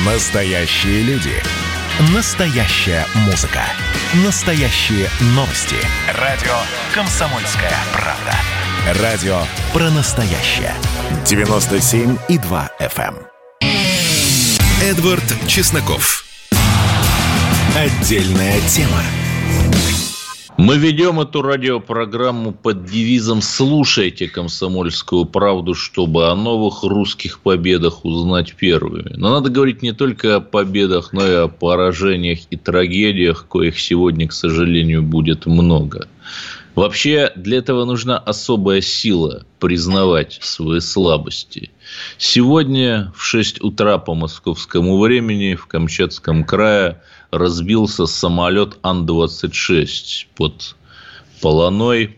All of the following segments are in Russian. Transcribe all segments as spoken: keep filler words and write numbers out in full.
Настоящие люди. Настоящая музыка. Настоящие новости. Радио «Комсомольская правда». Радио про настоящее. девяносто семь и два эф эм. Эдвард Чесноков. Отдельная тема. Мы ведем эту радиопрограмму под девизом «Слушайте «Комсомольскую правду», чтобы о новых русских победах узнать первыми». Но надо говорить не только о победах, но и о поражениях и трагедиях, коих сегодня, к сожалению, будет много. Вообще, для этого нужна особая сила признавать свои слабости. Сегодня в шесть утра по московскому времени в Камчатском крае разбился самолет Ан двадцать шесть под Полоной.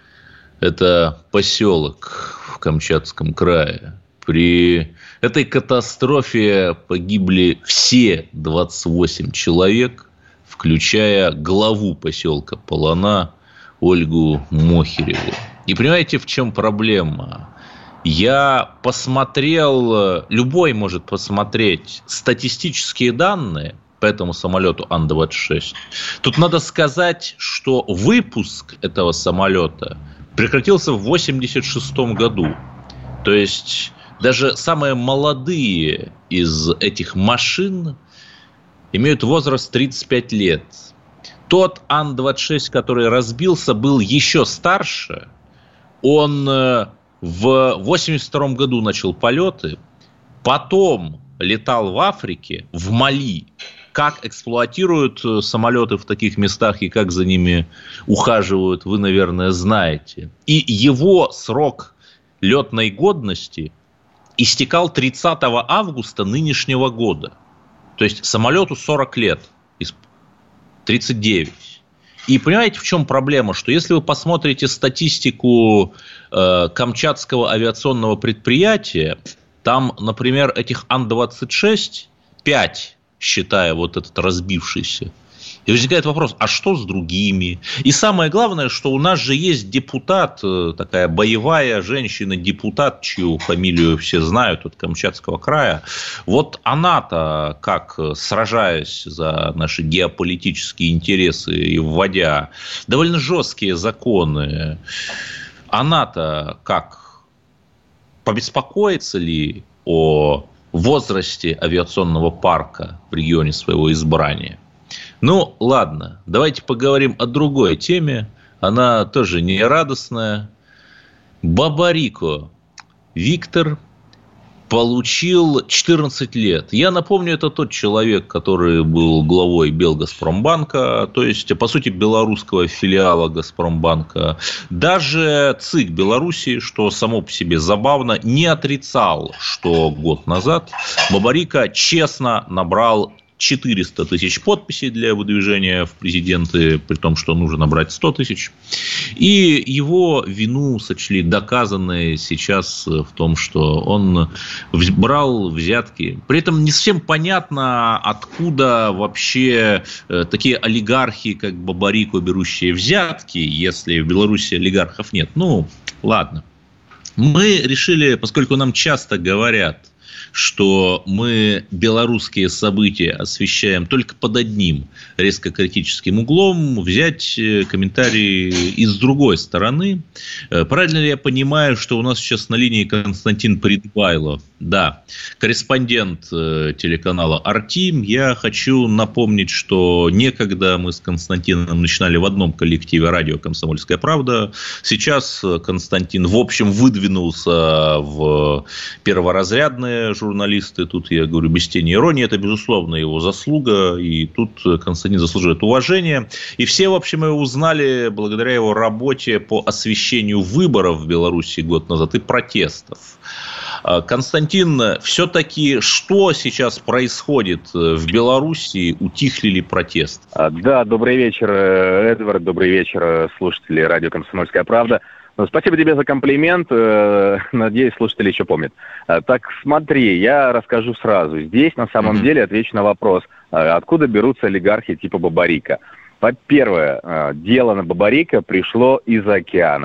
Это поселок в Камчатском крае. При этой катастрофе погибли все двадцать восемь человек, включая главу поселка Полона Ольгу Мохереву. И понимаете, в чем проблема? Я посмотрел, любой может посмотреть статистические данные по этому самолету Ан двадцать шесть. Тут надо сказать, что выпуск этого самолета прекратился в восемьдесят шестом году. То есть даже самые молодые из этих машин имеют возраст тридцать пять лет. Тот Ан двадцать шесть, который разбился, был еще старше. Он в восемьдесят втором году начал полеты, потом летал в Африке, в Мали. Как эксплуатируют самолеты в таких местах и как за ними ухаживают, вы, наверное, знаете. И его срок летной годности истекал тридцатого августа нынешнего года. То есть самолету сорок лет, тридцать девять. И понимаете, в чем проблема? Что если вы посмотрите статистику э, Камчатского авиационного предприятия, там, например, этих Ан двадцать шесть, пять, считая вот этот разбившийся. И возникает вопрос, а что с другими? И самое главное, что у нас же есть депутат, такая боевая женщина-депутат, чью фамилию все знают, от Камчатского края. Вот она-то, как сражаясь за наши геополитические интересы и вводя довольно жесткие законы, она-то как побеспокоится ли о возрасте авиационного парка в регионе своего избрания? Ну, ладно, давайте поговорим о другой теме. Она тоже не радостная. Бабарико Виктор получил четырнадцать лет. Я напомню, это тот человек, который был главой Белгазпромбанка, то есть, по сути, белорусского филиала Газпромбанка. Даже ЦИК Белоруссии, что само по себе забавно, не отрицал, что год назад Бабарико честно набрал четыреста тысяч подписей для выдвижения в президенты, при том, что нужно набрать сто тысяч. И его вину сочли доказанной сейчас в том, что он брал взятки. При этом не совсем понятно, откуда вообще такие олигархи, как Бабарико, берущие взятки, если в Беларуси олигархов нет. Ну, ладно. Мы решили, поскольку нам часто говорят, что мы белорусские события освещаем только под одним резко критическим углом, взять комментарии и с другой стороны. Правильно ли я понимаю, что у нас сейчас на линии Константин Придбайло? Да, корреспондент телеканала Артим. Я хочу напомнить, что некогда мы с Константином начинали в одном коллективе радио «Комсомольская правда». Сейчас Константин, в общем, выдвинулся в перворазрядные журналисты. Тут я говорю без тени иронии. Это, безусловно, его заслуга. И тут Константин заслуживает уважения. И все, в общем, его узнали благодаря его работе по освещению выборов в Беларуси год назад и протестов. Константин, все-таки что сейчас происходит в Беларуси? Утихли ли протесты? Да, добрый вечер, Эдвард, добрый вечер, слушатели радио «Комсомольская правда». Спасибо тебе за комплимент. Надеюсь, слушатели еще помнят. Так, смотри, я расскажу сразу. Здесь, на самом mm-hmm. деле, отвечу на вопрос, откуда берутся олигархи типа Бабарико. Во-первых, дело на Бабарико пришло из океана.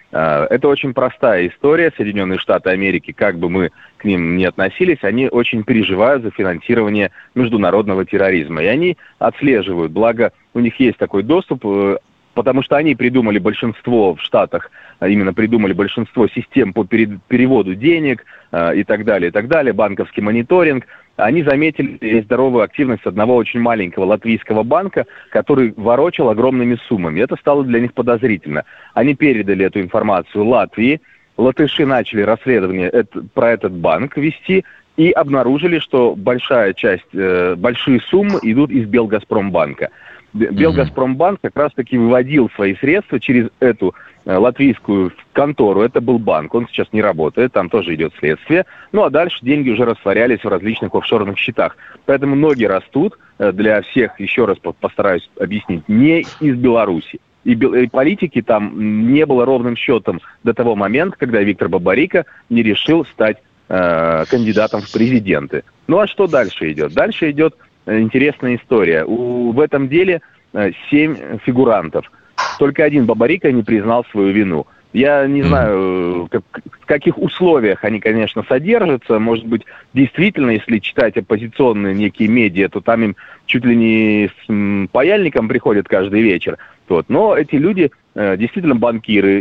Это очень простая история. Соединенные Штаты Америки, как бы мы к ним ни относились, они очень переживают за финансирование международного терроризма. И они отслеживают, благо у них есть такой доступ, потому что они придумали большинство в Штатах, именно придумали большинство систем по переводу денег и так далее, и так далее, банковский мониторинг. Они заметили здоровую активность одного очень маленького латвийского банка, который ворочал огромными суммами. Это стало для них подозрительно. Они передали эту информацию Латвии. Латыши начали расследование это, про этот банк вести и обнаружили, что большая часть, э, большие суммы идут из Белгазпромбанка. Белгазпромбанк как раз-таки выводил свои средства через эту э, латвийскую контору. Это был банк, он сейчас не работает, там тоже идет следствие. Ну а дальше деньги уже растворялись в различных офшорных счетах. Поэтому ноги растут, э, для всех, еще раз постараюсь объяснить, не из Беларуси. И, и политики там не было ровным счетом до того момента, когда Виктор Бабарико не решил стать э, кандидатом в президенты. Ну а что дальше идет? Дальше идет интересная история. У, в этом деле э, семь фигурантов. Только один Бабарико не признал свою вину. Я не знаю, как, в каких условиях они, конечно, содержатся. Может быть, действительно, если читать оппозиционные некие медиа, то там им чуть ли не с м, паяльником приходят каждый вечер. Вот. Но эти люди, э, действительно банкиры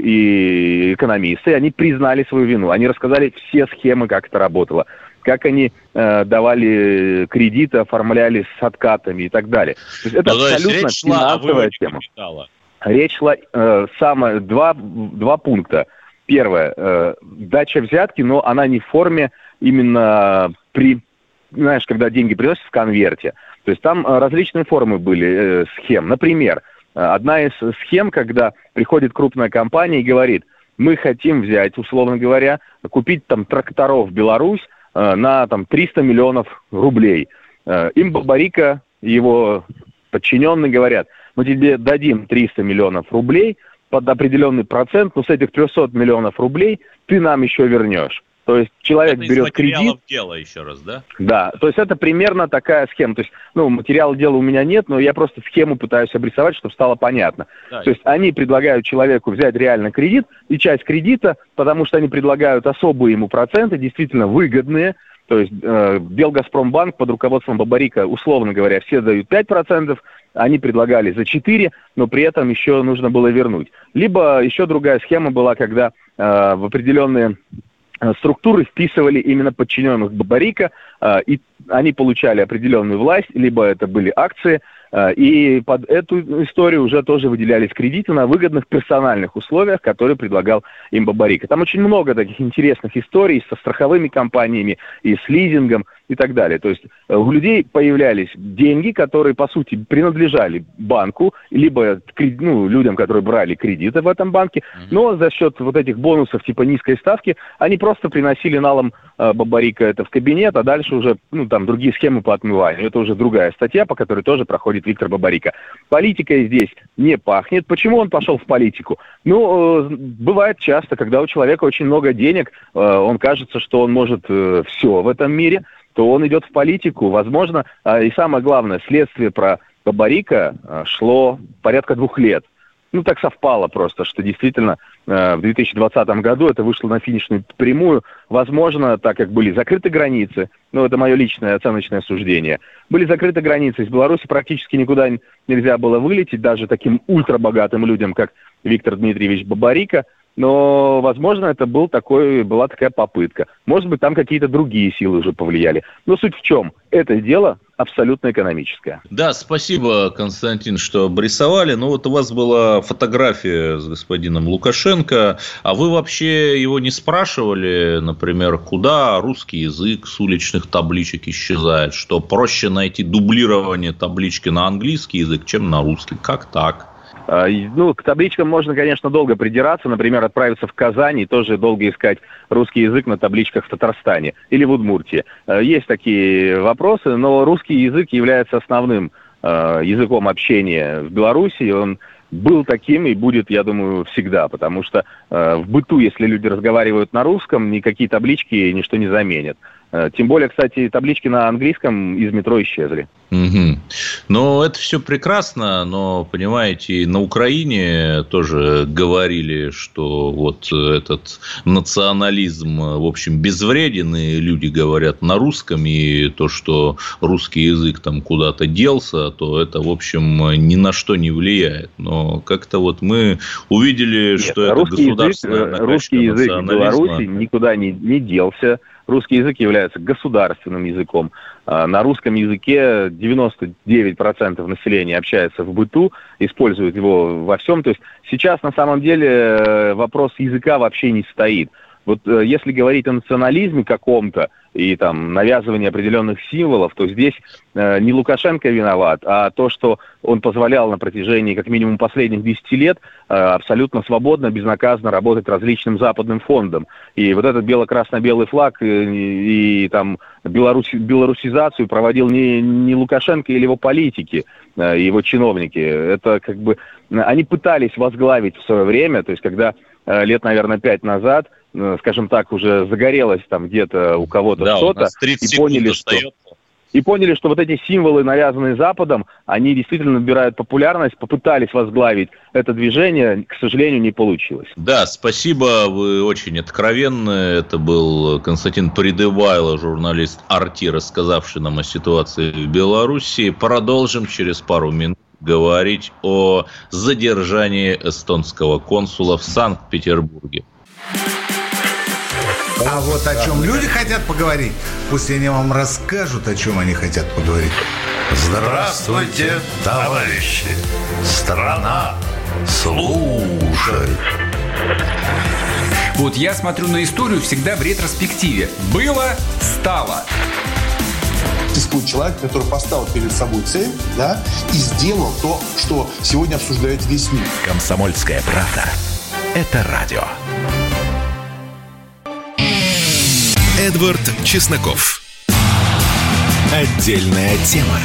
и экономисты, они признали свою вину. Они рассказали все схемы, как это работало. Как они э, давали кредиты, оформляли с откатами и так далее. То есть это Но, абсолютно есть финансовая тема. Капитала. Речь шла э, самое, два, два пункта. Первое, э, дача взятки, но она не в форме именно при, знаешь, когда деньги приносят в конверте. То есть там э, различные формы были э, схем. Например, э, одна из схем, когда приходит крупная компания и говорит, мы хотим взять, условно говоря, купить там тракторов в Беларусь, на там триста миллионов рублей. Им Бабарико и его подчиненные говорят, мы тебе дадим триста миллионов рублей под определенный процент, но с этих триста миллионов рублей ты нам еще вернешь. То есть человек это берет кредит. Материалов дела еще раз, да? Да, то есть это примерно такая схема. То есть, ну, материала дела у меня нет, но я просто схему пытаюсь обрисовать, чтобы стало понятно. Да, то есть они предлагают человеку взять реально кредит, и часть кредита, потому что они предлагают особые ему проценты, действительно выгодные. То есть э, Белгазпромбанк под руководством Бабарико, условно говоря, все дают пять процентов, они предлагали за четыре, но при этом еще нужно было вернуть. Либо еще другая схема была, когда э, в определенные структуры вписывали именно подчиненных Бабарико, э, и они получали определенную власть, либо это были акции, э, и под эту историю уже тоже выделялись кредиты на выгодных персональных условиях, которые предлагал им Бабарико. Там очень много таких интересных историй со страховыми компаниями и с лизингом и так далее. То есть э, у людей появлялись деньги, которые, по сути, принадлежали банку, либо ну, людям, которые брали кредиты в этом банке, но за счет вот этих бонусов типа низкой ставки, они просто приносили налом э, Бабарико это в кабинет, а дальше уже, ну, там, другие схемы по отмыванию. Это уже другая статья, по которой тоже проходит Виктор Бабарико. Политикой здесь не пахнет. Почему он пошел в политику? Ну, э, бывает часто, когда у человека очень много денег, э, он кажется, что он может э, все в этом мире, то он идет в политику. Возможно, и самое главное, следствие про Бабарико шло порядка двух лет. Ну, так совпало просто, что действительно в две тысячи двадцатом году это вышло на финишную прямую. Возможно, так как были закрыты границы, ну, это мое личное оценочное суждение, были закрыты границы, из Беларуси практически никуда нельзя было вылететь, даже таким ультрабогатым людям, как Виктор Дмитриевич Бабарико. Но, возможно, это был такой, была такая попытка. Может быть, там какие-то другие силы уже повлияли. Но суть в чем? Это дело абсолютно экономическое. Да, спасибо, Константин, что обрисовали. Ну, вот у вас была фотография с господином Лукашенко. А вы вообще его не спрашивали, например, куда русский язык с уличных табличек исчезает? Что проще найти дублирование таблички на английский язык, чем на русский? Как так? Ну, к табличкам можно, конечно, долго придираться. Например, отправиться в Казань и тоже долго искать русский язык на табличках в Татарстане или в Удмуртии. Есть такие вопросы, но русский язык является основным языком общения в Беларуси. Он был таким и будет, я думаю, всегда, потому что в быту, если люди разговаривают на русском, никакие таблички ничто не заменят. Тем более, кстати, таблички на английском из метро исчезли. Угу. Ну, это все прекрасно, но, понимаете, на Украине тоже говорили, что вот этот национализм, в общем, безвреден, и люди говорят на русском, и то, что русский язык там куда-то делся, то это, в общем, ни на что не влияет. Но как-то вот мы увидели, Нет, что это государственная язык, русский язык в Беларуси никуда не, не делся. Русский язык является государственным языком. На русском языке девяносто девять процентов населения общается в быту, использует его во всем. То есть сейчас на самом деле вопрос языка вообще не стоит. Вот если говорить о национализме каком-то и там навязывании определенных символов, то здесь э, не Лукашенко виноват, а то, что он позволял на протяжении как минимум последних десяти лет э, абсолютно свободно, безнаказанно работать различным западным фондам. И вот этот бело-красно-белый флаг и, и, и там белоруси, белорусизацию проводил не, не Лукашенко или его политики, э, его чиновники. Это как бы они пытались возглавить в свое время, то есть когда э, лет, наверное, пять назад, скажем так, уже загорелось там где-то у кого-то да, что-то, и поняли, что, и поняли, что вот эти символы, навязанные Западом, они действительно набирают популярность, попытались возглавить это движение, к сожалению, не получилось. Да, спасибо, вы очень откровенны. Это был Константин Придыбайло, журналист Арти, рассказавший нам о ситуации в Беларуси. Продолжим через пару минут говорить о задержании эстонского консула в Санкт-Петербурге. А вот о чем люди хотят поговорить, пусть они вам расскажут, о чем они хотят поговорить. Здравствуйте, товарищи! Страна слушай! Вот я смотрю на историю всегда в ретроспективе. Было, стало. Существует человек, который поставил перед собой цель, да, и сделал то, что сегодня обсуждает весь мир. «Комсомольская правда» – это радио. Эдвард Чесноков. Отдельная тема.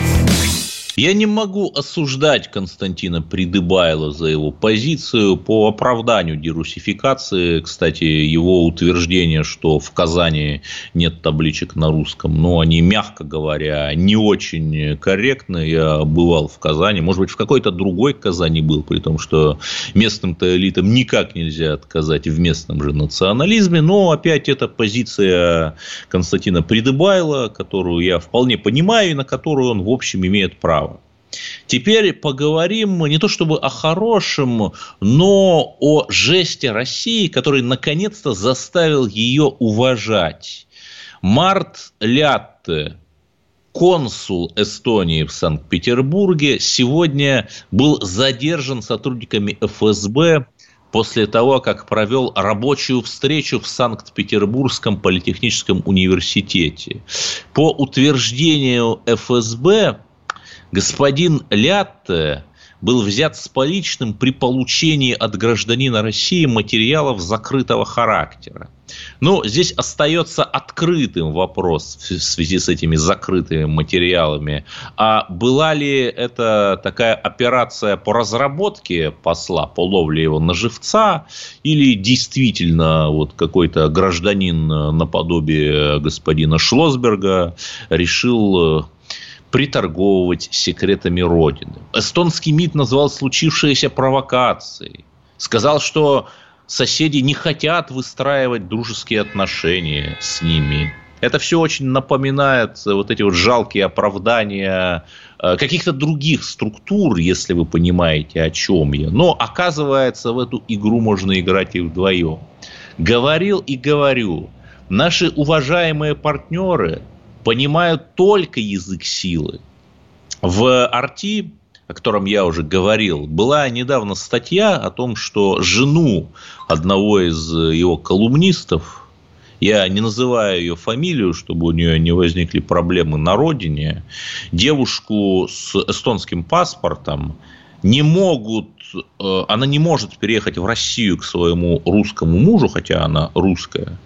Я не могу осуждать Константина Придыбайло за его позицию по оправданию дерусификации. Кстати, его утверждение, что в Казани нет табличек на русском, ну, они, мягко говоря, не очень корректны. Я бывал в Казани, может быть, в какой-то другой Казани был, при том, что местным-то элитам никак нельзя отказать в местном же национализме. Но опять это позиция Константина Придыбайло, которую я вполне понимаю и на которую он, в общем, имеет право. Теперь поговорим не то чтобы о хорошем, но о жесте России, который наконец-то заставил ее уважать. Март Лятте, консул Эстонии в Санкт-Петербурге, сегодня был задержан сотрудниками эф эс бэ после того, как провел рабочую встречу в Санкт-Петербургском политехническом университете. По утверждению эф эс бэ, господин Лятте был взят с поличным при получении от гражданина России материалов закрытого характера. Но здесь остается открытым вопрос в связи с этими закрытыми материалами. А была ли это такая операция по разработке посла, по ловле его на живца, или действительно вот какой-то гражданин наподобие господина Шлосберга решил приторговывать секретами Родины? Эстонский МИД назвал случившееся провокацией. Сказал, что соседи не хотят выстраивать дружеские отношения с ними. Это все очень напоминает вот эти вот жалкие оправдания каких-то других структур, если вы понимаете, о чем я. Но, оказывается, в эту игру можно играть и вдвоем. Говорил и говорю. Наши уважаемые партнеры понимают только язык силы. В Арти, о котором я уже говорил, была недавно статья о том, что жену одного из его колумнистов, я не называю ее фамилию, чтобы у нее не возникли проблемы на родине, девушку с эстонским паспортом, не могут, она не может переехать в Россию к своему русскому мужу, хотя она русская.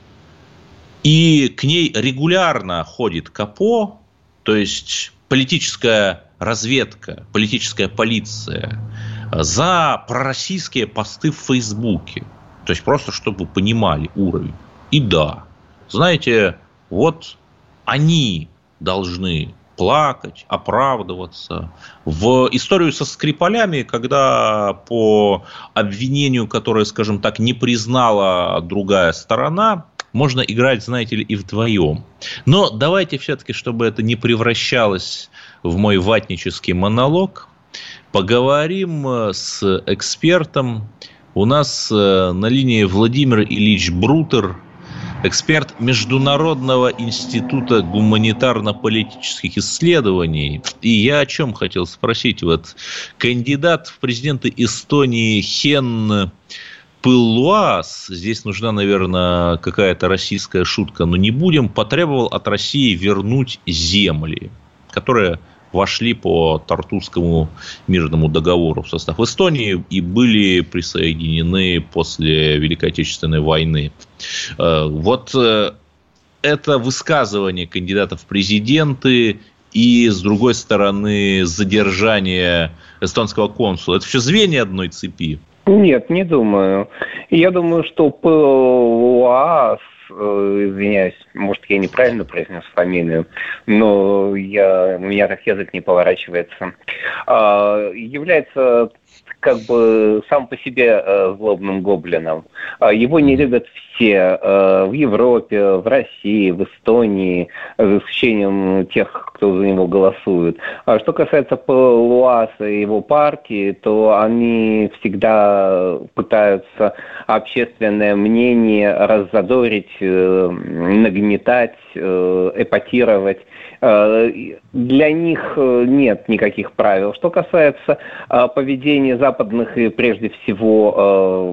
И к ней регулярно ходит КАПО, то есть политическая разведка, политическая полиция, за пророссийские посты в Фейсбуке. То есть просто, чтобы вы понимали уровень. И да, знаете, вот они должны плакать, оправдываться. В историю со Скрипалями, когда по обвинению, которое, скажем так, не признала другая сторона, можно играть, знаете ли, и вдвоем. Но давайте все-таки, чтобы это не превращалось в мой ватнический монолог, поговорим с экспертом. У нас на линии Владимир Ильич Брутер, эксперт Международного института гуманитарно-политических исследований. И я о чем хотел спросить. Вот кандидат в президенты Эстонии Хенн Пылуас, здесь нужна, наверное, какая-то российская шутка, но не будем, потребовал от России вернуть земли, которые вошли по Тартусскому мирному договору в состав Эстонии и были присоединены после Великой Отечественной войны. Вот это высказывание кандидатов в президенты и, с другой стороны, задержание эстонского консула. Это все звенья одной цепи? Нет, не думаю. Я думаю, что Пылуас, извиняюсь, может, я неправильно произнес фамилию, но я, у меня так язык не поворачивается, является как бы сам по себе злобным гоблином. Его не любят все в Европе, в России, в Эстонии, за исключением тех, кто за него голосует. А что касается Пылуаса и его партии, то они всегда пытаются общественное мнение раззадорить, нагнетать, эпатировать. Для них нет никаких правил. Что касается поведения западных и прежде всего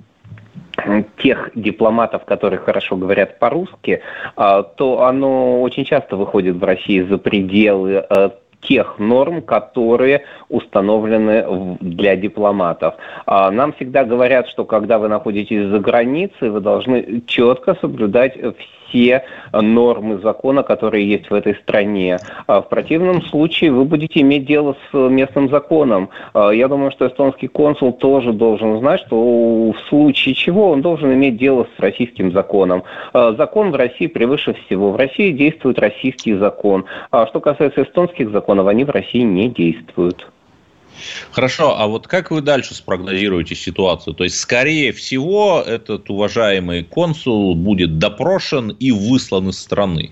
тех дипломатов, которые хорошо говорят по-русски, то оно очень часто выходит в России за пределы тех норм, которые установлены для дипломатов. Нам всегда говорят, что когда вы находитесь за границей, вы должны четко соблюдать все нормы закона, которые есть в этой стране. В противном случае вы будете иметь дело с местным законом. Я думаю, что эстонский консул тоже должен знать, что в случае чего он должен иметь дело с российским законом. Закон в России превыше всего. В России действует российский закон. А что касается эстонских законов, они в России не действуют. Хорошо, а вот как вы дальше спрогнозируете ситуацию? То есть, скорее всего, этот уважаемый консул будет допрошен и выслан из страны?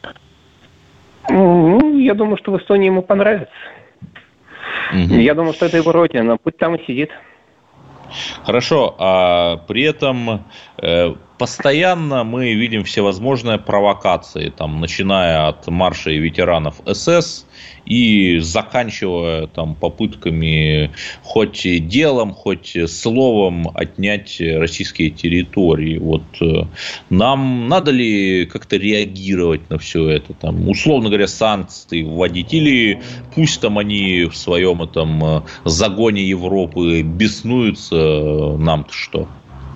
Ну, я думаю, что в Эстонии ему понравится. Угу. Я думаю, что это его родина, пусть там и сидит. Хорошо, а при этом э, постоянно мы видим всевозможные провокации, там, начиная от марша ветеранов СС и заканчивая там попытками хоть делом, хоть словом отнять российские территории. Вот э, нам надо ли как-то реагировать на все это, там, условно говоря, санкции вводить, или пусть там они в своем этом загоне Европы беснуются, нам-то что?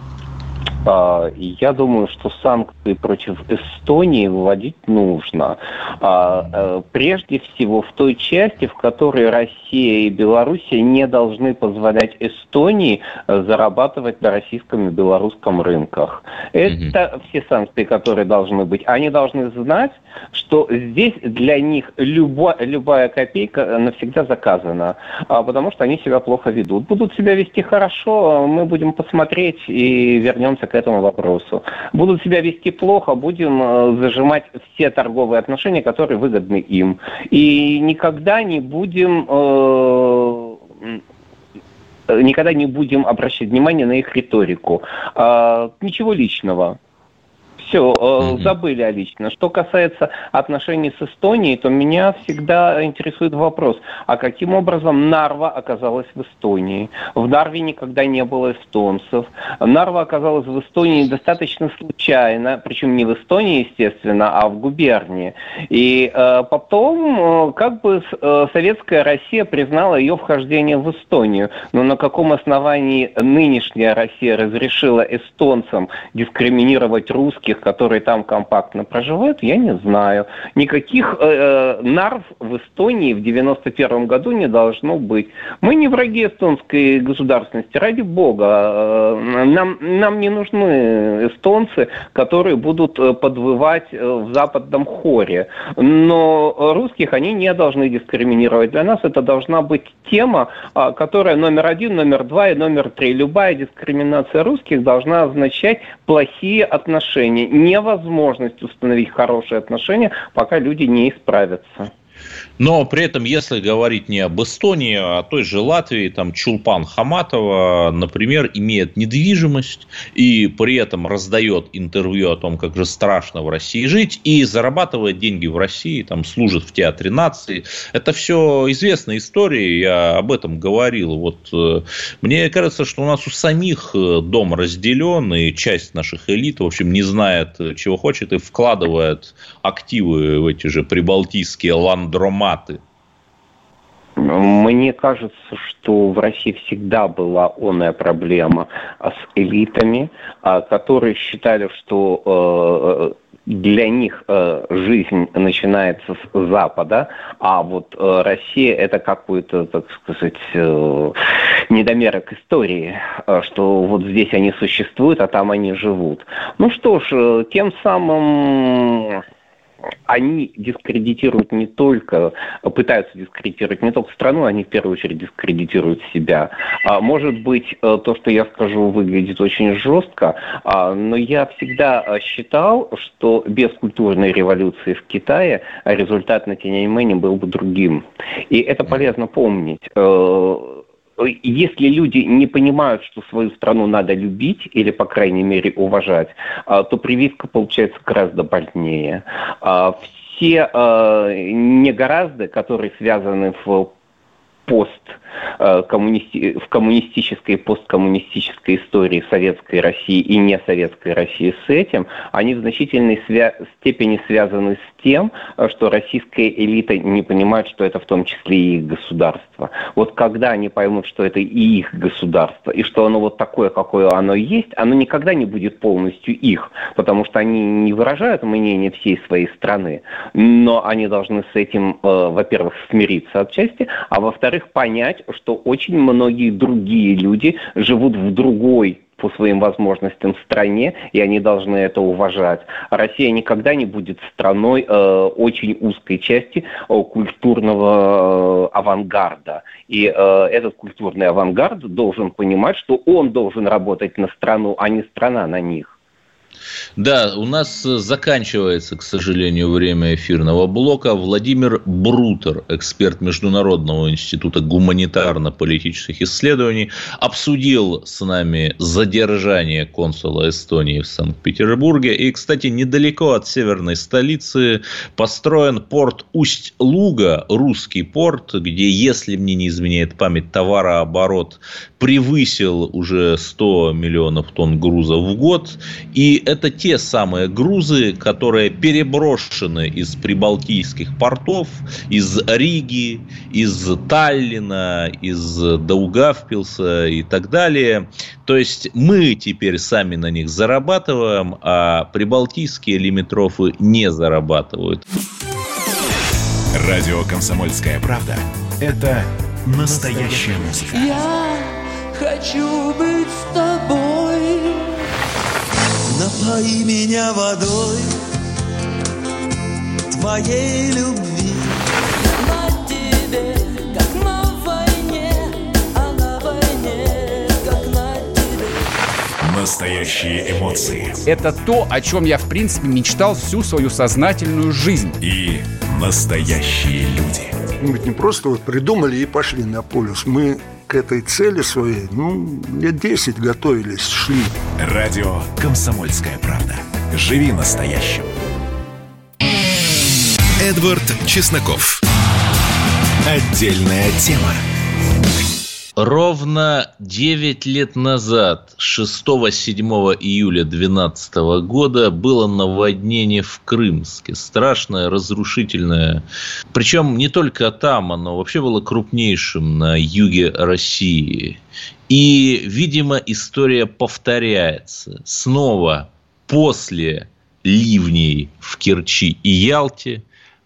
Я думаю, что санкции против Эстонии вводить нужно. Прежде всего в той части, в которой Россия и Белоруссия не должны позволять Эстонии зарабатывать на российском и белорусском рынках. Это mm-hmm. все санкции, которые должны быть. Они должны знать, что здесь для них любо, любая копейка навсегда заказана, потому что они себя плохо ведут. Будут себя вести хорошо, мы будем посмотреть и вернемся к этому вопросу. Будут себя вести плохо, будем зажимать все торговые отношения, которые выгодны им. И никогда не будем... Э- никогда не будем обращать внимание на их риторику. А, ничего личного. Все, mm-hmm. забыли о личном. Что касается отношений с Эстонией, то меня всегда интересует вопрос, а каким образом Нарва оказалась в Эстонии? В Нарве никогда не было эстонцев. Нарва оказалась в Эстонии достаточно случайно, причем не в Эстонии, естественно, а в губернии. И э, потом, э, как бы э, советская Россия признала ее вхождение в Эстонию. Но на каком основании нынешняя Россия разрешила эстонцам дискриминировать русских русских, которые там компактно проживают, я не знаю. Никаких э, нарв в Эстонии в девяносто первом году не должно быть. Мы не враги эстонской государственности, ради бога. Нам, нам не нужны эстонцы, которые будут подвывать в западном хоре. Но русских они не должны дискриминировать. Для нас это должна быть тема, которая номер один, номер два и номер три. Любая дискриминация русских должна означать плохие отношения, невозможность установить хорошие отношения, пока люди не исправятся. Но при этом, если говорить не об Эстонии, а о той же Латвии, там Чулпан Хаматова, например, имеет недвижимость и при этом раздает интервью о том, как же страшно в России жить, и зарабатывает деньги в России, там служит в Театре нации. Это все известные истории, я об этом говорил. Вот, мне кажется, что у нас у самих дом разделен, и часть наших элит, в общем, не знает, чего хочет, и вкладывает активы в эти же прибалтийские ландроматы. Мне кажется, что в России всегда была оная проблема с элитами, которые считали, что для них жизнь начинается с Запада, а вот Россия – это какой-то, так сказать, недомерок истории, что вот здесь они существуют, а там они живут. Ну что ж, тем самым они дискредитируют не только, пытаются дискредитировать не только страну, они в первую очередь дискредитируют себя. А, может быть, то, что я скажу, выглядит очень жестко, а, но я всегда считал, что без культурной революции в Китае результат на Тяньаньмэне был бы другим. И это полезно помнить. Если люди не понимают, что свою страну надо любить или, по крайней мере, уважать, то прививка получается гораздо больнее. Все негоразды, которые связаны в пост коммунисти... в коммунистической и посткоммунистической истории советской России и не советской России с этим, они в значительной свя... степени связаны с тем, что российская элита не понимает, что это в том числе и их государство. Вот когда они поймут, что это и их государство, и что оно вот такое, какое оно есть, оно никогда не будет полностью их, потому что они не выражают мнение всей своей страны, но они должны с этим, э, во-первых, смириться отчасти, а во-вторых, понять, что очень многие другие люди живут в другой по своим возможностям стране, и они должны это уважать. Россия никогда не будет страной э, очень узкой части э, культурного э, авангарда. И э, этот культурный авангард должен понимать, что он должен работать на страну, а не страна на них. Да, у нас заканчивается, к сожалению, время эфирного блока. Владимир Брутер, эксперт Международного института гуманитарно-политических исследований, обсудил с нами задержание консула Эстонии в Санкт-Петербурге. И, кстати, недалеко от северной столицы построен порт Усть-Луга, русский порт, где, если мне не изменяет память, товарооборот превысил уже сто миллионов тонн грузов в год. И это те самые грузы, которые переброшены из прибалтийских портов, из Риги, из Таллина, из Даугавпилса и так далее. То есть мы теперь сами на них зарабатываем, а прибалтийские лимитрофы не зарабатывают. Радио «Комсомольская правда» – это настоящая музыка. Я хочу быть с тобой. Напои меня водой твоей любви. На тебе, как на войне, а на войне, как на тебе. Настоящие эмоции. Это то, о чем я, в принципе, мечтал всю свою сознательную жизнь. И настоящие люди. Мы ведь не просто вот придумали и пошли на полюс. Мы к этой цели своей, ну, лет десять готовились, шли. Радио «Комсомольская правда». Живи настоящим. Эдвард Чесноков. Отдельная тема. Ровно девять лет назад, шестого-седьмого июля две тысячи двенадцатого года, было наводнение в Крымске. Страшное, разрушительное. Причем не только там, оно вообще было крупнейшим на юге России. И, видимо, история повторяется. Снова после ливней в Керчи и Ялте.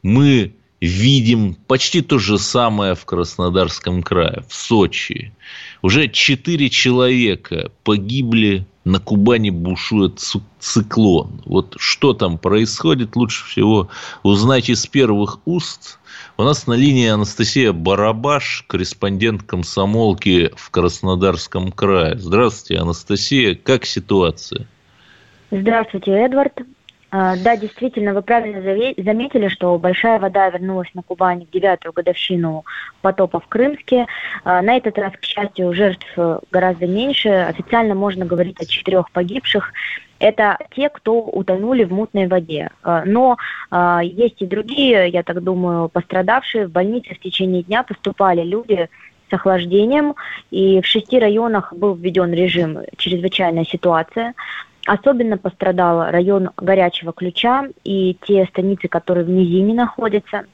Мы видим почти то же самое в Краснодарском крае, в Сочи. Уже четыре человека погибли, на Кубани бушует циклон. Вот что там происходит, лучше всего узнать из первых уст. У нас на линии Анастасия Барабаш, корреспондент «Комсомолки» в Краснодарском крае. Здравствуйте, Анастасия. Как ситуация? Здравствуйте, Эдвард. Да, действительно, вы правильно заметили, что большая вода вернулась на Кубани в девятую годовщину потопа в Крымске. На этот раз, к счастью, жертв гораздо меньше. Официально можно говорить о четырех погибших. Это те, кто утонули в мутной воде. Но есть и другие, я так думаю, пострадавшие. В больнице в течение дня поступали люди с охлаждением, и в шести районах был введен режим «чрезвычайная ситуация». Особенно пострадал район Горячего Ключа и те станицы, которые в низине находятся.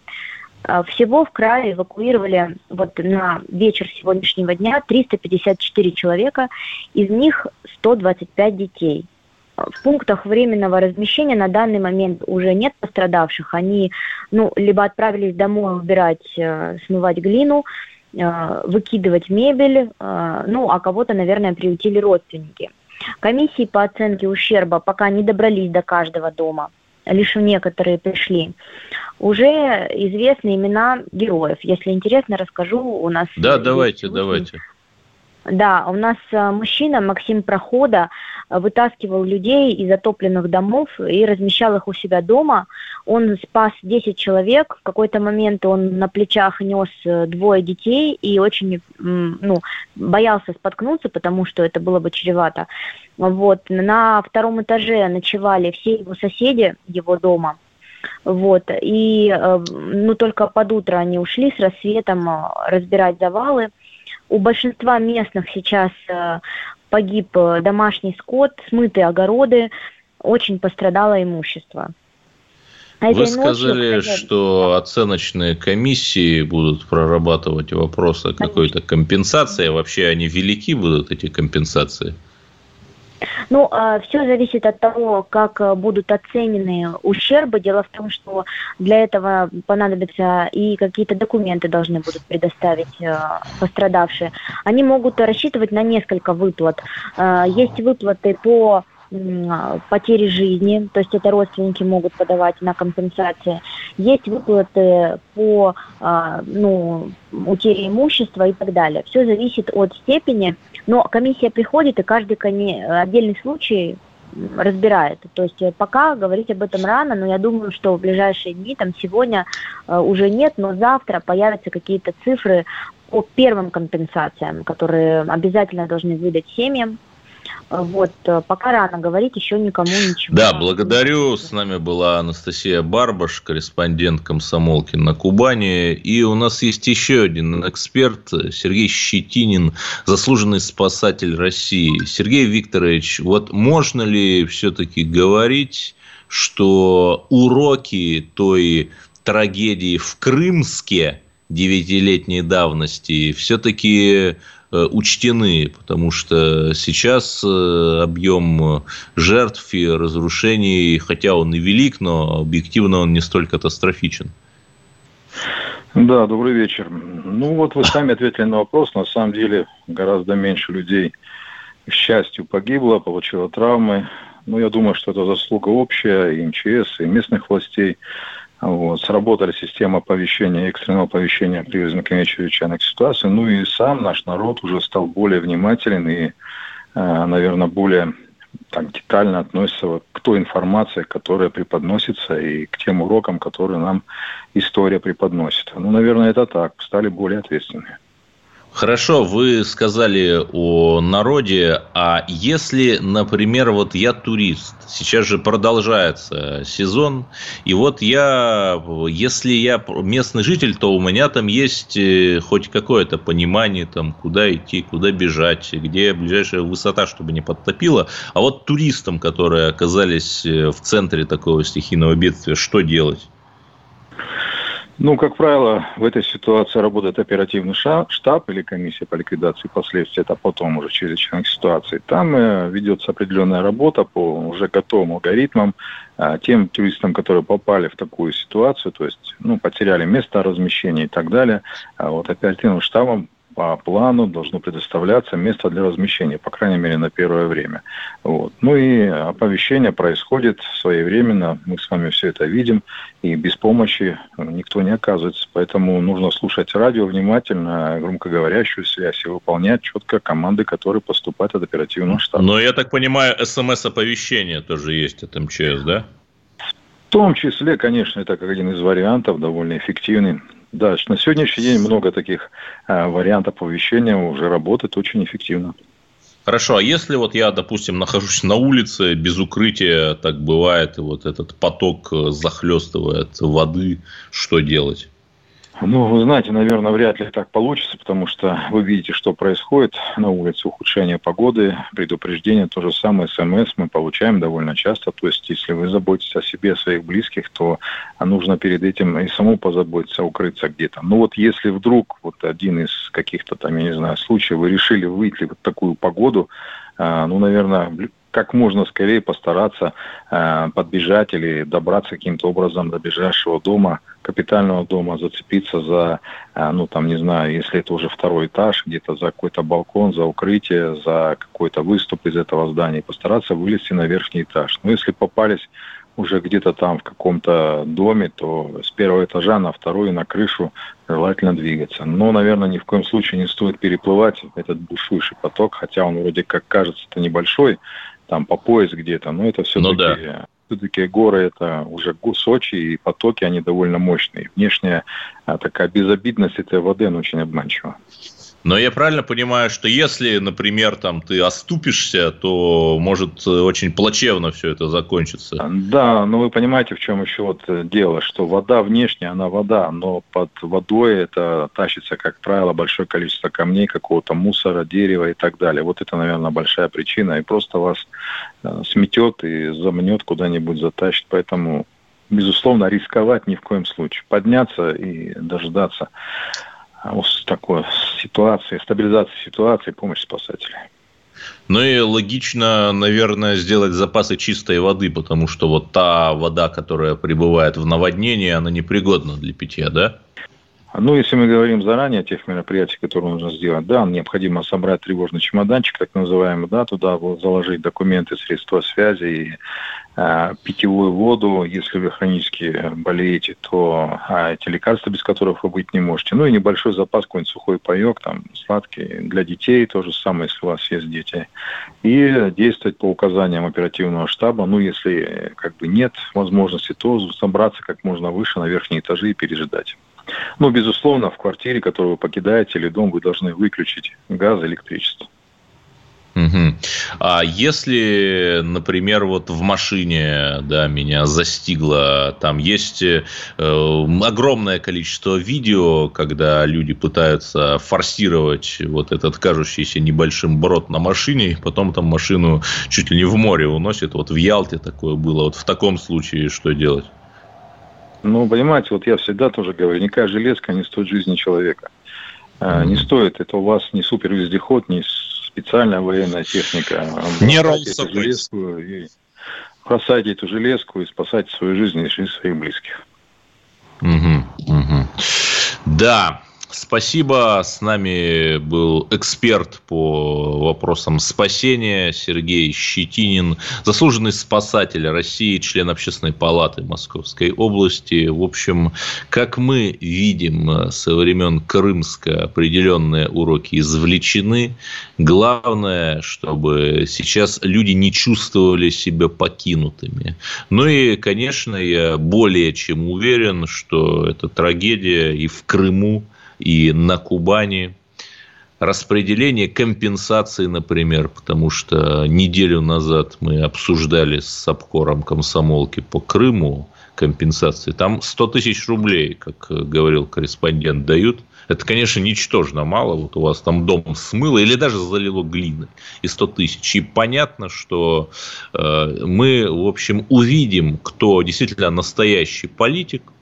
Всего в крае эвакуировали вот на вечер сегодняшнего дня триста пятьдесят четыре человека, из них сто двадцать пять детей. В пунктах временного размещения на данный момент уже нет пострадавших. Они ну, либо отправились домой убирать, смывать глину, выкидывать мебель, ну а кого-то, наверное, приютили родственники. Комиссии по оценке ущерба пока не добрались до каждого дома, лишь некоторые пришли. Уже известны имена героев. Если интересно, расскажу. У нас да, давайте, давайте. Да, у нас мужчина Максим Прохода вытаскивал людей из затопленных домов и размещал их у себя дома. Он спас десять человек. В какой-то момент он на плечах нес двое детей и очень ну, боялся споткнуться, потому что это было бы чревато. Вот. На втором этаже ночевали все его соседи его дома. Вот. И ну, только под утро они ушли с рассветом разбирать завалы. У большинства местных сейчас э, погиб домашний скот, смыты огороды, очень пострадало имущество. А Вы сказали, ночью, что оценочные комиссии будут прорабатывать вопрос о какой-то компенсации. Вообще они велики будут, эти компенсации? Ну, э, все зависит от того, как будут оценены ущербы. Дело в том, что для этого понадобятся и какие-то документы должны будут предоставить э, пострадавшие. Они могут рассчитывать на несколько выплат. Э, есть выплаты по потери жизни, то есть это родственники могут подавать на компенсации. Есть выплаты по ну, утере имущества и так далее. Все зависит от степени, но комиссия приходит и каждый отдельный случай разбирает. То есть пока говорить об этом рано, но я думаю, что в ближайшие дни, там сегодня уже нет, но завтра появятся какие-то цифры по первым компенсациям, которые обязательно должны выдать семьям. Вот, пока рано говорить, еще никому ничего. Да, благодарю. С нами была Анастасия Барбаш, корреспондент «Комсомолки» на Кубани. И у нас есть еще один эксперт, Сергей Щетинин, заслуженный спасатель России. Сергей Викторович, вот можно ли все-таки говорить, что уроки той трагедии в Крымске девятилетней давности все-таки учтены, потому что сейчас объем жертв и разрушений, хотя он и велик, но объективно он не столь катастрофичен. Да, добрый вечер. Ну вот вы сами ответили на вопрос. На самом деле гораздо меньше людей, к счастью, погибло, получило травмы. Но я думаю, что это заслуга общая и эм че эс, и местных властей. Вот. Сработали система оповещения, экстренного оповещения при возникновении чрезвычайных ситуаций. Ну и сам наш народ уже стал более внимателен и, наверное, более так, детально относится к той информации, которая преподносится, и к тем урокам, которые нам история преподносит. Ну, наверное, это так. Стали более ответственны. Хорошо, вы сказали о народе, а если, например, вот я турист, сейчас же продолжается сезон, и вот я, если я местный житель, то у меня там есть хоть какое-то понимание, там, куда идти, куда бежать, где ближайшая высота, чтобы не подтопило, а вот туристам, которые оказались в центре такого стихийного бедствия, что делать? Ну, как правило, в этой ситуации работает оперативный штаб или комиссия по ликвидации последствий, это потом уже чрезвычайных ситуаций. Там э, ведется определенная работа по уже готовым алгоритмам, э, тем туристам, которые попали в такую ситуацию, то есть, ну, потеряли место размещения и так далее. А вот оперативным штабом по плану должно предоставляться место для размещения, по крайней мере, на первое время. Вот. Ну и оповещение происходит своевременно, мы с вами все это видим, и без помощи никто не оказывается. Поэтому нужно слушать радио внимательно, громкоговорящую связь и выполнять четко команды, которые поступают от оперативного штаба. Но я так понимаю, смс-оповещение тоже есть от эм че эс, да? В том числе, конечно, это как один из вариантов, довольно эффективный. Да, на сегодняшний день много таких э, вариантов оповещения уже работает очень эффективно. Хорошо, а если вот я, допустим, нахожусь на улице, без укрытия, так бывает, и вот этот поток захлестывает воды, что делать? Ну, вы знаете, наверное, вряд ли так получится, потому что вы видите, что происходит на улице, ухудшение погоды, предупреждение, то же самое, смс мы получаем довольно часто. То есть, если вы заботитесь о себе, о своих близких, то нужно перед этим и самому позаботиться, укрыться где-то. Но вот если вдруг вот один из каких-то там, я не знаю, случаев, вы решили выйти в такую погоду, ну, наверное, как можно скорее постараться э, подбежать или добраться каким-то образом до ближайшего дома, капитального дома, зацепиться за, э, ну там, не знаю, если это уже второй этаж, где-то за какой-то балкон, за укрытие, за какой-то выступ из этого здания, постараться вылезти на верхний этаж. Но если попались уже где-то там в каком-то доме, то с первого этажа на второй, на крышу желательно двигаться. Но, наверное, ни в коем случае не стоит переплывать этот бушующий поток, хотя он вроде как кажется-то небольшой, там по пояс где-то, но это все-таки, ну, да. все-таки горы, это уже Сочи, и потоки, они довольно мощные. Внешняя такая безобидность этой воды, она очень обманчива. Но я правильно понимаю, что если, например, там ты оступишься, то может очень плачевно все это закончиться? Да, но вы понимаете, в чем еще вот дело, что вода внешняя, она вода, но под водой это тащится, как правило, большое количество камней, какого-то мусора, дерева и так далее. Вот это, наверное, большая причина, и просто вас сметет и замнет куда-нибудь, затащит, поэтому, безусловно, рисковать ни в коем случае. Подняться и дождаться такой ситуации, стабилизации ситуации, помощь спасателей. Ну и логично, наверное, сделать запасы чистой воды, потому что вот та вода, которая прибывает в наводнение, она непригодна для питья, да? Ну, если мы говорим заранее о тех мероприятиях, которые нужно сделать, да, необходимо собрать тревожный чемоданчик, так называемый, да, туда заложить документы, средства связи и э, питьевую воду. Если вы хронически болеете, то а, эти лекарства, без которых вы быть не можете. Ну и небольшой запас, какой-нибудь сухой паек, там, сладкий, для детей то же самое, если у вас есть дети. И действовать по указаниям оперативного штаба. Ну, если как бы нет возможности, то собраться как можно выше на верхние этажи и переждать. Ну, безусловно, в квартире, которую вы покидаете, или дом, вы должны выключить газ и электричество. Угу. А если, например, вот в машине, да, меня застигло, там есть э, огромное количество видео, когда люди пытаются форсировать вот этот кажущийся небольшим брод на машине, и потом там машину чуть ли не в море уносит. Вот в Ялте такое было. Вот в таком случае что делать? Ну, понимаете, вот я всегда тоже говорю, никакая железка не стоит жизни человека. Mm-hmm. Не стоит, это у вас не супервездеход, не специальная военная техника. Не Роллс-Ройс. Бросайте эту железку и спасайте свою жизнь и жизнь своих близких. Угу, угу. Да. Спасибо. С нами был эксперт по вопросам спасения Сергей Щетинин, заслуженный спасатель России, член Общественной палаты Московской области. В общем, как мы видим, со времен Крымска определенные уроки извлечены. Главное, чтобы сейчас люди не чувствовали себя покинутыми. Ну и, конечно, я более чем уверен, что эта трагедия и в Крыму, и на Кубани, распределение компенсации, например, потому что неделю назад мы обсуждали с обкором комсомолки по Крыму компенсации. Там сто тысяч рублей, как говорил корреспондент, дают. Это, конечно, ничтожно мало. Вот у вас там дом смыло или даже залило глиной, и сто тысяч. И понятно, что э, мы, в общем, увидим, кто действительно настоящий политик,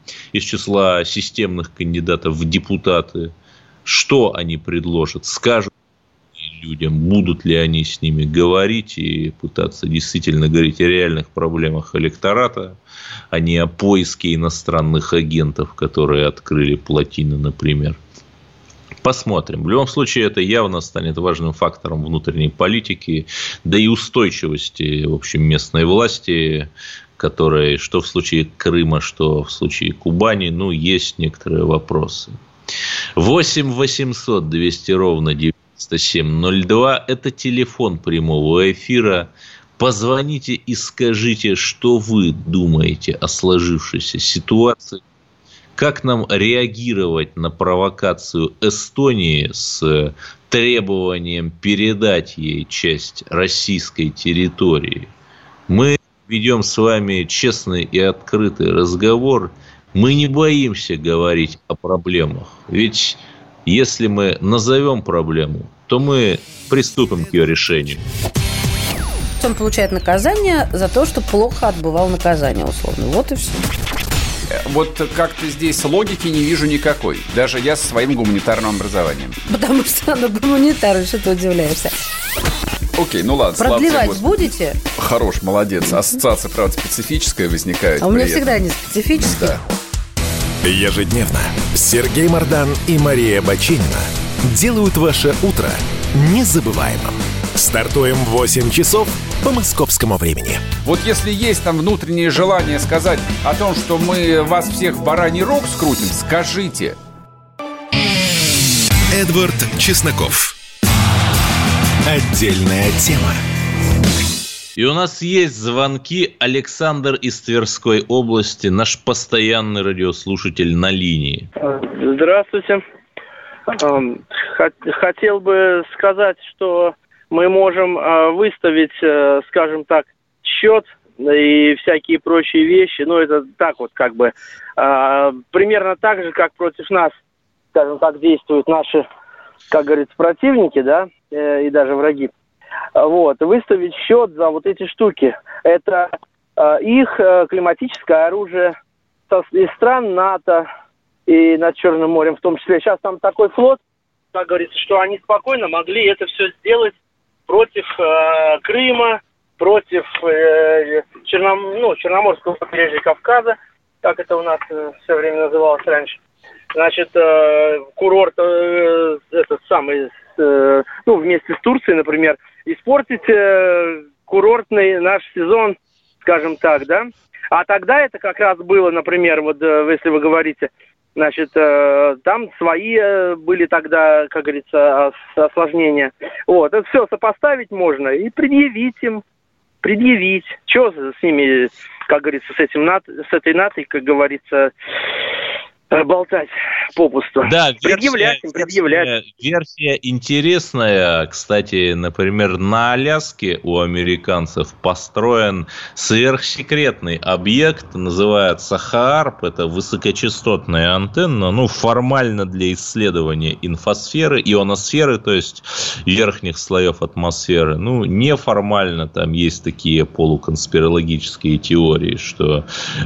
из числа системных кандидатов в депутаты. Что они предложат? Скажут людям, будут ли они с ними говорить и пытаться действительно говорить о реальных проблемах электората, а не о поиске иностранных агентов, которые открыли плотины, например. Посмотрим. В любом случае, это явно станет важным фактором внутренней политики, да и устойчивости, в общем, местной власти, которой, что в случае Крыма, что в случае Кубани, ну, есть некоторые вопросы. восемь восемьсот двести ровно девяносто семь ноль два – это телефон прямого эфира. Позвоните и скажите, что вы думаете о сложившейся ситуации. Как нам реагировать на провокацию Эстонии с требованием передать ей часть российской территории? Мы ведем с вами честный и открытый разговор. Мы не боимся говорить о проблемах. Ведь если мы назовем проблему, то мы приступим к ее решению. Он получает наказание за то, что плохо отбывал наказание, условно. Вот и все. Вот как-то здесь логики не вижу никакой. Даже я со своим гуманитарным образованием. Потому что она гуманитарий, что ты удивляешься. Окей, ну ладно. Продлевать будете? Хорош, молодец. Ассоциация, правда, специфическая возникает. А у меня всегда они специфические. Да. Ежедневно Сергей Мардан и Мария Бачинина делают ваше утро незабываемым. Стартуем в восемь часов по московскому времени. Вот если есть там внутреннее желание сказать о том, что мы вас всех в бараний рог скрутим, скажите. Эдвард Чесноков. Отдельная тема. И у нас есть звонки. Александр из Тверской области, наш постоянный радиослушатель на линии. Здравствуйте. Хотел бы сказать, что мы можем выставить, скажем так, счет и всякие прочие вещи. Ну, это так вот как бы примерно так же, как против нас, скажем так, действуют наши, как говорится, противники, да, и даже враги. Вот, выставить счет за вот эти штуки. Это их климатическое оружие из стран НАТО и над Черным морем в том числе. Сейчас там такой флот, как говорится, что они спокойно могли это все сделать против э, Крыма, против э, Черном, ну, Черноморского побережья Кавказа, как это у нас э, все время называлось раньше. Значит, э, курорт э, этот самый, э, ну, вместе с Турцией, например, испортить э, курортный наш сезон, скажем так, да. А тогда это как раз было, например, вот э, если вы говорите, значит, э, там свои э, были тогда, как говорится, осложнения. Вот, это все сопоставить можно и предъявить им, предъявить. Что с ними, как говорится, с этим НАТО, с этой НАТО, как говорится, болтать попусту. Да, версия, предъявлять им, предъявлять. Версия интересная. Кстати, например, на Аляске у американцев построен сверхсекретный объект, называется ХААРП. Это высокочастотная антенна, ну, формально для исследования инфосферы, ионосферы, то есть верхних слоев атмосферы. Ну, неформально там есть такие полуконспирологические теории, что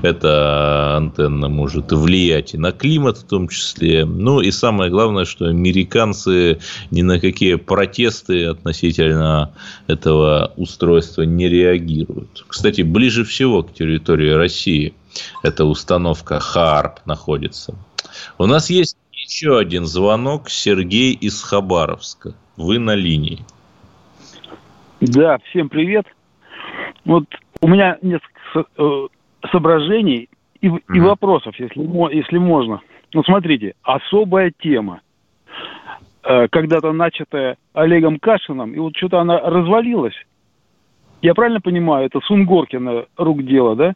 эта антенна может влиять и на климат в том числе. Ну и самое главное, что американцы ни на какие протесты относительно этого устройства не реагируют. Кстати, ближе всего к территории России эта установка ХААРП находится. У нас есть еще один звонок. Сергей из Хабаровска. Вы на линии. Да, всем привет. Вот у меня несколько соображений и, mm-hmm. и вопросов, если, если можно. Ну, смотрите, особая тема, э, когда-то начатая Олегом Кашиным, и вот что-то она развалилась. Я правильно понимаю, это Сунгоркина рук дело, да?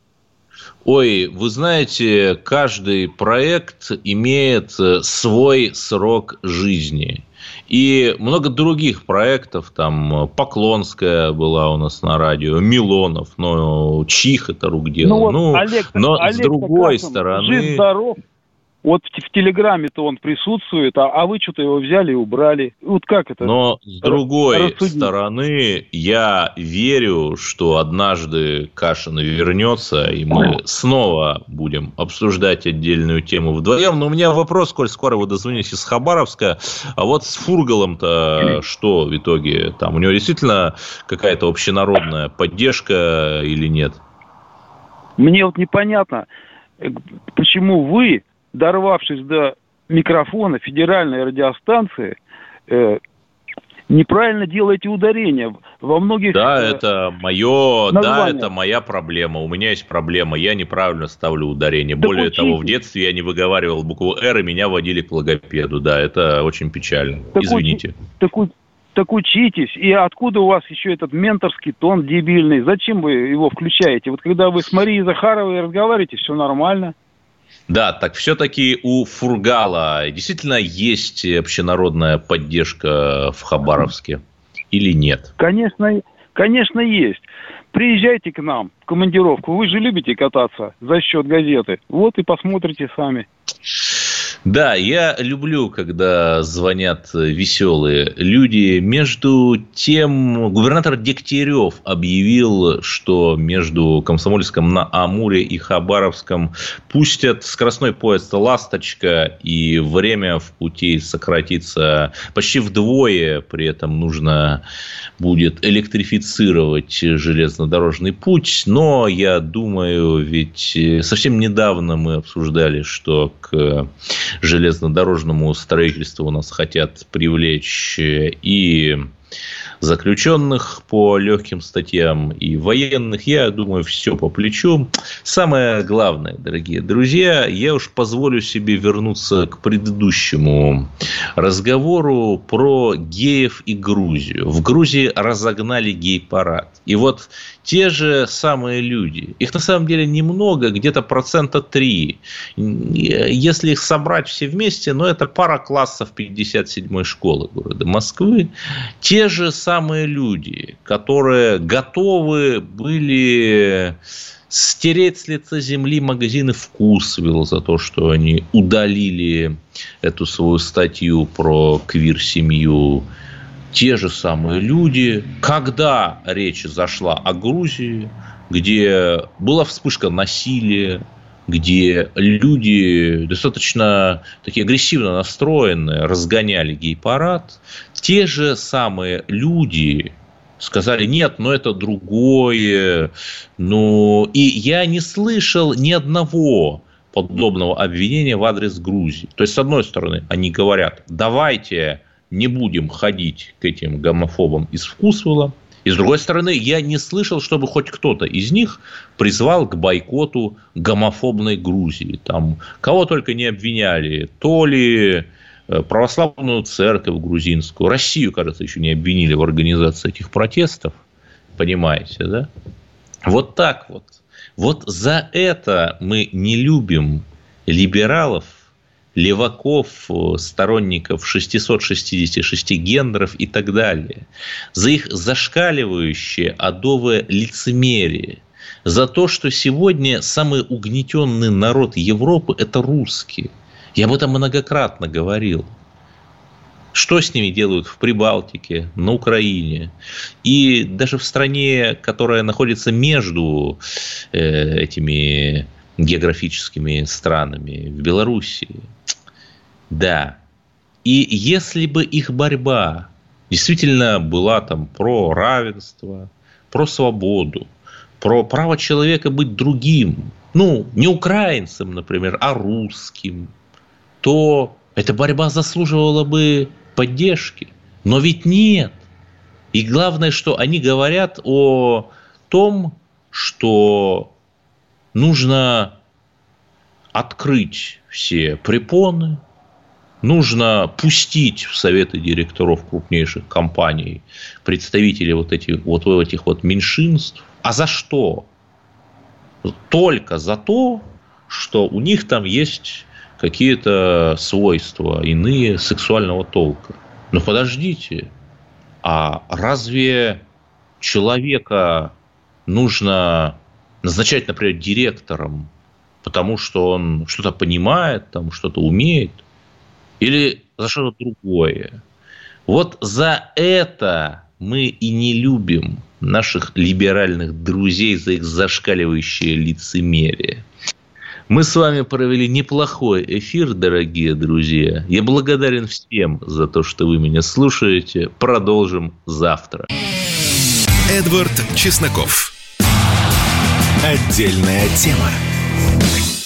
Ой, вы знаете, каждый проект имеет свой срок жизни. И много других проектов, там Поклонская была у нас на радио, Милонов, но чих это рук дело. Ну, вот ну, Олег, но Олег с другой Кашин, стороны... Жив-здоров. Вот в, в Телеграме-то он присутствует, а, а вы что-то его взяли и убрали. Вот как это? Но с другой рассудить? стороны, я верю, что однажды Кашин вернется, и мы снова будем обсуждать отдельную тему вдвоем. Но у меня вопрос, коль скоро вы дозвонитесь из Хабаровска, а вот с Фургалом-то что в итоге? Там у него действительно какая-то общенародная поддержка или нет? Мне вот непонятно, почему вы, дорвавшись до микрофона федеральной радиостанции, э, неправильно делаете ударение во многих... Да, э, это мое, да, названиях. это моя проблема. У меня есть проблема, я неправильно ставлю ударение. Более учитесь. того, в детстве я не выговаривал букву «Р», и меня водили к логопеду. Да, это очень печально. Так Извините. Так, так учитесь. И откуда у вас еще этот менторский тон дебильный? Зачем вы его включаете? Вот когда вы с Марией Захаровой разговариваете, все нормально. Да, так все-таки у Фургала действительно есть общенародная поддержка в Хабаровске или нет? Конечно, конечно, есть. Приезжайте к нам в командировку. Вы же любите кататься за счет газеты. Вот и посмотрите сами. Да, я люблю, когда звонят веселые люди. Между тем, губернатор Дегтярев объявил, что между Комсомольском на Амуре и Хабаровском пустят скоростной поезд «Ласточка», и время в пути сократится почти вдвое. При этом нужно будет электрифицировать железнодорожный путь. Но я думаю, ведь совсем недавно мы обсуждали, что к железнодорожному строительству у нас хотят привлечь и заключенных по легким статьям, и военных. Я думаю, все по плечу. Самое главное, дорогие друзья, я уж позволю себе вернуться к предыдущему разговору про геев и Грузию. В Грузии разогнали гей-парад. И вот те же самые люди, их на самом деле немного, где-то процента три. Если их собрать все вместе, ну, это пара классов пятьдесят седьмой школы города Москвы. Те же самые люди, которые готовы были стереть с лица земли магазины «Вкусвилл» за то, что они удалили эту свою статью про квир-семью. Те же самые люди, когда речь зашла о Грузии, где была вспышка насилия, где люди достаточно такие агрессивно настроенные разгоняли гей-парад, те же самые люди сказали: нет, но это другое. Ну, и я не слышал ни одного подобного обвинения в адрес Грузии. То есть, с одной стороны, они говорят: давайте не будем ходить к этим гомофобам из Вкусвилла. И с другой стороны, я не слышал, чтобы хоть кто-то из них призвал к бойкоту гомофобной Грузии. Там кого только не обвиняли. То ли православную церковь грузинскую, Россию, кажется, еще не обвинили в организации этих протестов. Понимаете, да? Вот так вот. Вот за это мы не любим либералов, леваков, сторонников шестьсот шестьдесят шесть гендеров и так далее. За их зашкаливающее адовое лицемерие. За то, что сегодня самый угнетенный народ Европы – это русские. Я об этом многократно говорил. Что с ними делают в Прибалтике, на Украине и даже в стране, которая находится между э, этими географическими странами, в Белоруссии. Да. И если бы их борьба действительно была там про равенство, про свободу, про право человека быть другим, ну, не украинцем, например, а русским, то эта борьба заслуживала бы поддержки. Но ведь нет. И главное, что они говорят о том, что нужно открыть все препоны, нужно пустить в советы директоров крупнейших компаний представителей вот этих вот, этих вот меньшинств. А за что? Только за то, что у них там есть какие-то свойства иные сексуального толка. Но подождите, а разве человека нужно назначать, например, директором потому что он что-то понимает, там, что-то умеет, или за что-то другое. Вот за это мы и не любим наших либеральных друзей, за их зашкаливающее лицемерие. Мы с вами провели неплохой эфир, дорогие друзья. Я благодарен всем за то, что вы меня слушаете. Продолжим завтра. Эдвард Чесноков. Отдельная тема.